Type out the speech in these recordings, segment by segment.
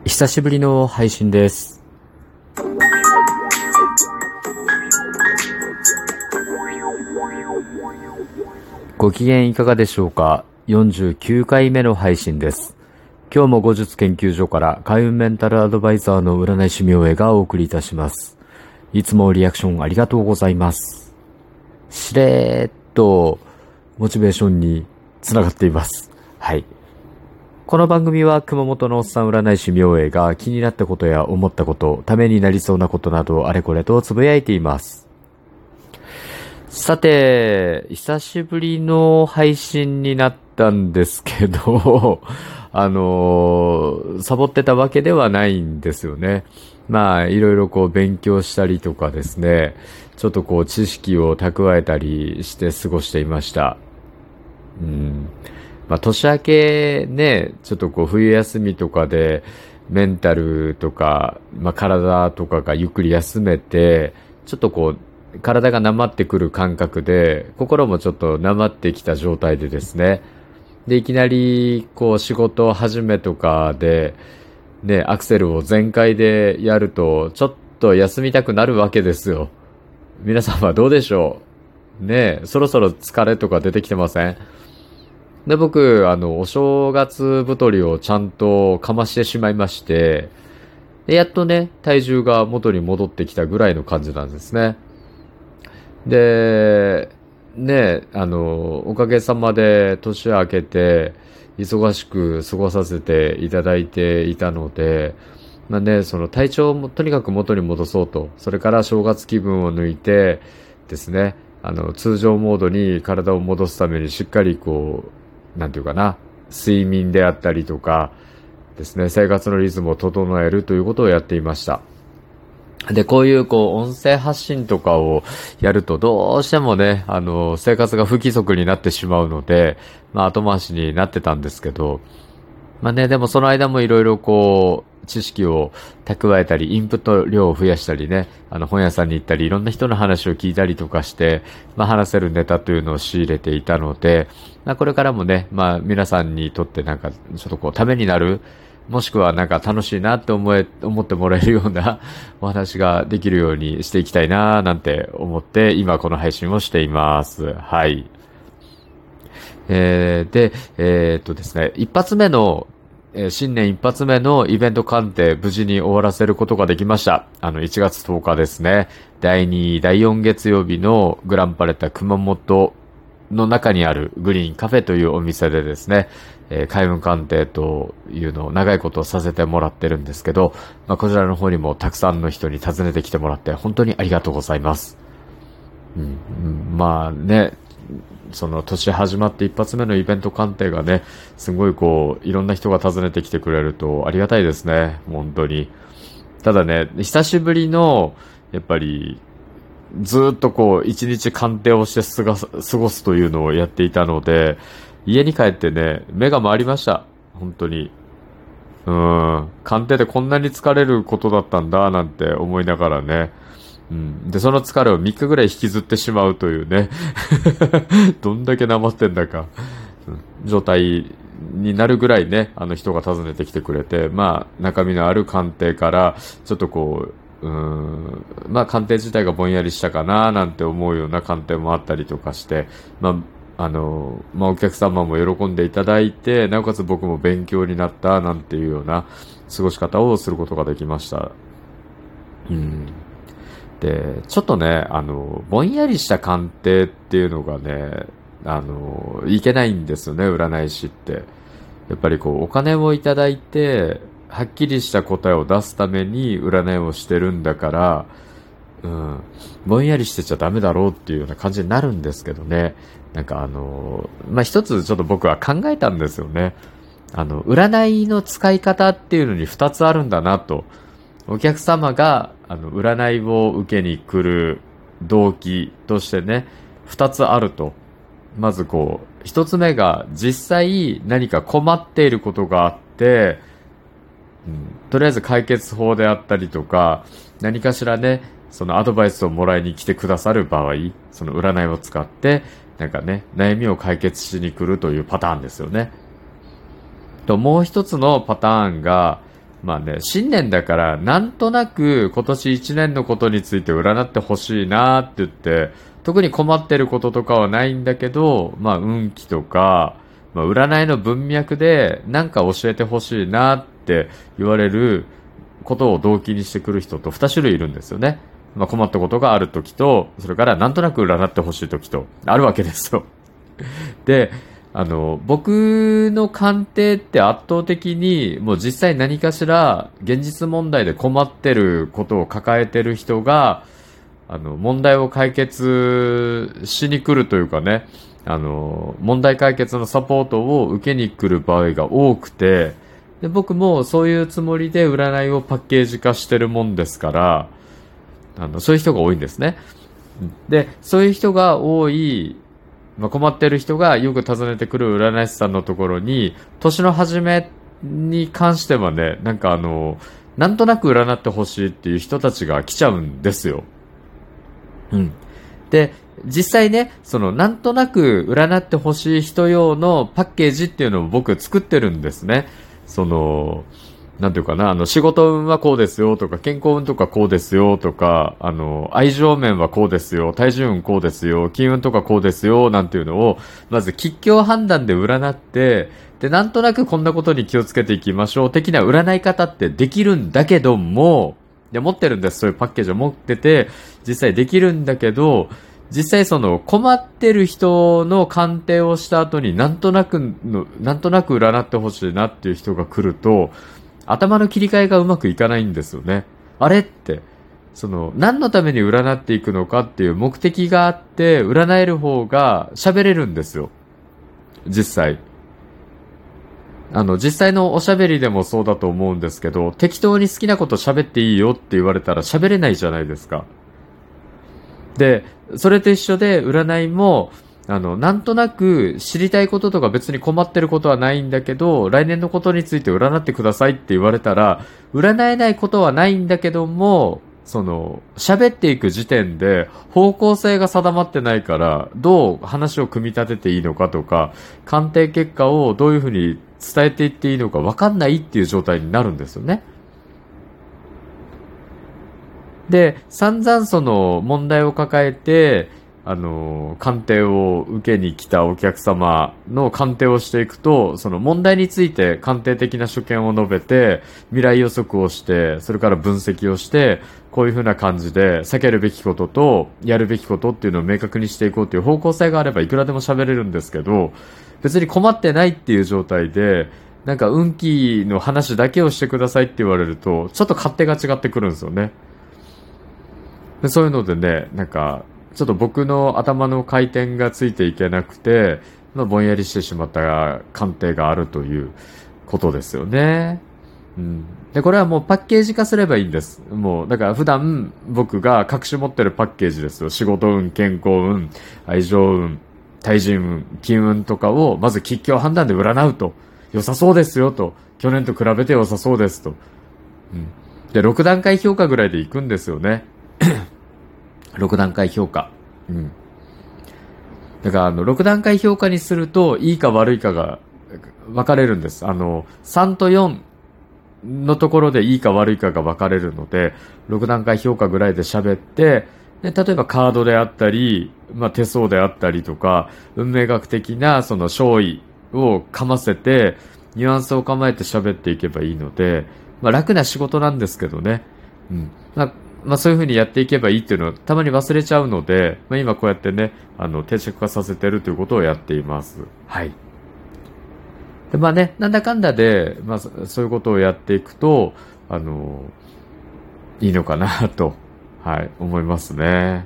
久しぶりの配信です。ご機嫌いかがでしょうか。49回目の配信です。今日も語術研究所から開運メンタルアドバイザーの占い師明恵がお送りいたします。いつもリアクションありがとうございます。しれーっとモチベーションにつながっています。はい。この番組は熊本のおっさん占い師明恵が気になったことや思ったこと、ためになりそうなことなどあれこれとつぶやいています。さて、久しぶりの配信になったんですけど、サボってたわけではないんですよね。まあ、いろいろ勉強したりとかですね、ちょっと知識を蓄えたりして過ごしていました。まあ、年明けね、ちょっと冬休みとかで、メンタルとか、まあ、体とかがゆっくり休めて、ちょっと体がなまってくる感覚で、心もちょっとなまってきた状態でですね。で、いきなり、仕事始めとかで、ね、アクセルを全開でやると、ちょっと休みたくなるわけですよ。皆さんはどうでしょうね、そろそろ疲れとか出てきてません？で、僕、お正月太りをちゃんとかましてしまいまして、で、やっとね、体重が元に戻ってきたぐらいの感じなんですね。で、ね、おかげさまで年明けて、忙しく過ごさせていただいていたので、まあね、その体調もとにかく元に戻そうと、それから正月気分を抜いてですね、通常モードに体を戻すためにしっかりなんていうかな、睡眠であったりとかですね、生活のリズムを整えるということをやっていました。で、こういう音声発信とかをやるとどうしてもね、生活が不規則になってしまうので、まあ後回しになってたんですけど、まあね、でもその間もいろいろ知識を蓄えたり、インプット量を増やしたりね、本屋さんに行ったり、いろんな人の話を聞いたりとかして、まあ話せるネタというのを仕入れていたので、まあこれからもね、まあ皆さんにとってちょっとためになる、もしくは楽しいなって思ってもらえるようなお話ができるようにしていきたいななんて思って今この配信をしています。はい。ですね、新年一発目のイベント鑑定無事に終わらせることができました。1月10日ですね、第2、第4月曜日のグランパレッタ熊本の中にあるグリーンカフェというお店でですね、開運鑑定というのを長いことさせてもらってるんですけど、まあ、こちらの方にもたくさんの人に訪ねてきてもらって本当にありがとうございます。まあね、その年始まって一発目のイベント鑑定がね、すごいいろんな人が訪ねてきてくれるとありがたいですね、本当に。ただね、久しぶりの、やっぱり、ずっと一日鑑定をして過ごすというのをやっていたので、家に帰ってね、目が回りました。本当に。鑑定でこんなに疲れることだったんだ、なんて思いながらね。で、その疲れを3日ぐらい引きずってしまうというね。どんだけなまってんだか。状態になるぐらいね、人が訪ねてきてくれて、まあ、中身のある鑑定から、ちょっとまあ、鑑定自体がぼんやりしたかな、なんて思うような鑑定もあったりとかして、まあ、まあ、お客様も喜んでいただいて、なおかつ僕も勉強になった、なんていうような過ごし方をすることができました。で、ちょっとね、ぼんやりした鑑定っていうのがね、いけないんですよね、占い師って。やっぱりお金をいただいて、はっきりした答えを出すために占いをしてるんだから、ぼんやりしてちゃダメだろうっていうような感じになるんですけどね。まあ、一つちょっと僕は考えたんですよね。占いの使い方っていうのに二つあるんだなと。お客様が、占いを受けに来る動機としてね、二つあると。まず一つ目が実際何か困っていることがあって、とりあえず解決法であったりとか、何かしらね、そのアドバイスをもらいに来てくださる場合、その占いを使って、悩みを解決しに来るというパターンですよね。と、もう一つのパターンが、 まあね、新年だから、なんとなく今年1年のことについて占ってほしいなって言って、特に困ってることとかはないんだけど、まあ運気とか、まあ、占いの文脈でなんか教えてほしいなって言われることを動機にしてくる人と2種類いるんですよね。まあ困ったことがある時と、それからなんとなく占ってほしい時と、あるわけですよ。で、僕の鑑定って圧倒的に、もう実際何かしら現実問題で困ってることを抱えてる人が、問題を解決しに来るというかね、問題解決のサポートを受けに来る場合が多くて、で、僕もそういうつもりで占いをパッケージ化してるもんですから、そういう人が多いんですね。で、そういう人が多い、まあ、困ってる人がよく訪ねてくる占い師さんのところに、年の初めに関してはね、なんかなんとなく占ってほしいっていう人たちが来ちゃうんですよ。うん。で、実際ね、なんとなく占ってほしい人用のパッケージっていうのを僕作ってるんですね。なんていうかな、仕事運はこうですよとか、健康運とかこうですよとか、愛情面はこうですよ、体重運こうですよ、金運とかこうですよ、なんていうのを、まず吉凶判断で占って、で、なんとなくこんなことに気をつけていきましょう、的な占い方ってできるんだけども、持ってるんです、そういうパッケージを持ってて、実際できるんだけど、実際困ってる人の鑑定をした後になんとなく占ってほしいなっていう人が来ると、頭の切り替えがうまくいかないんですよね。あれって、何のために占っていくのかっていう目的があって、占える方が喋れるんですよ。実際。実際のおしゃべりでもそうだと思うんですけど、適当に好きなこと喋っていいよって言われたら喋れないじゃないですか。で、それと一緒で占いも、なんとなく知りたいこととか別に困ってることはないんだけど、来年のことについて占ってくださいって言われたら、占えないことはないんだけども、喋っていく時点で方向性が定まってないから、どう話を組み立てていいのかとか、鑑定結果をどういうふうに伝えていっていいのか分かんないっていう状態になるんですよね。で、散々問題を抱えて、鑑定を受けに来たお客様の鑑定をしていくと、その問題について鑑定的な所見を述べて、未来予測をして、それから分析をして、こういう風な感じで避けるべきこととやるべきことっていうのを明確にしていこうという方向性があればいくらでも喋れるんですけど、別に困ってないっていう状態で、なんか運気の話だけをしてくださいって言われると、ちょっと勝手が違ってくるんですよね。でそういうのでね、なんか、ちょっと僕の頭の回転がついていけなくて、ぼんやりしてしまった鑑定があるということですよね。うん。で、これはもうパッケージ化すればいいんです。もう、だから普段僕が隠し持ってるパッケージですよ。仕事運、健康運、愛情運、対人運、金運とかを、まず吉凶判断で占うと。良さそうですよと。去年と比べて良さそうですと。うん。で、6段階評価ぐらいでいくんですよね。6段階評価。うん。だから6段階評価にすると、いいか悪いかが分かれるんです。3と4のところでいいか悪いかが分かれるので、6段階評価ぐらいで喋って、で例えばカードであったり、まあ手相であったりとか、運命学的な勝意をかませて、ニュアンスを構えて喋っていけばいいので、まあ楽な仕事なんですけどね。うん。まあそういう風にやっていけばいいっていうのをたまに忘れちゃうので、まあ今こうやってね、定着化させてるということをやっています。はい。で、まあね、なんだかんだで、まあそういうことをやっていくと、いいのかなと、はい、思いますね。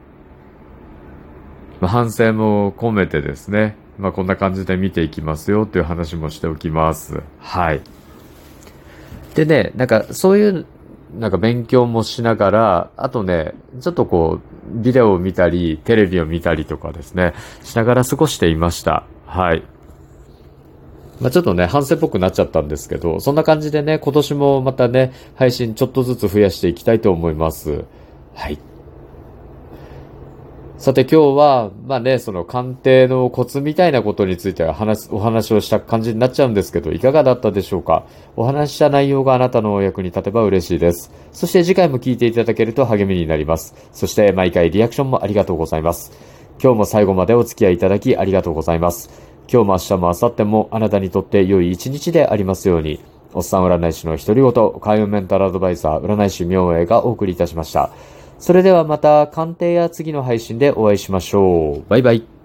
まあ反省も込めてですね、まあこんな感じで見ていきますよという話もしておきます。はい。でね、なんかそういう、なんか勉強もしながら、あとね、ちょっとこう、ビデオを見たり、テレビを見たりとかですね、しながら過ごしていました。はい。まあちょっとね、反省っぽくなっちゃったんですけど、そんな感じでね、今年もまたね、配信ちょっとずつ増やしていきたいと思います。はい。 さて今日は、まあね、その鑑定のコツみたいなことについてお話をした感じになっちゃうんですけど、いかがだったでしょうか？お話しした内容があなたのお役に立てば嬉しいです。そして次回も聞いていただけると励みになります。そして毎回リアクションもありがとうございます。今日も最後までお付き合いいただきありがとうございます。今日も明日も明後日もあなたにとって良い一日でありますように。おっさん占い師の独り言、開運メンタルアドバイザー、占い師明恵がお送りいたしました。それではまた鑑定や次の配信でお会いしましょう。バイバイ。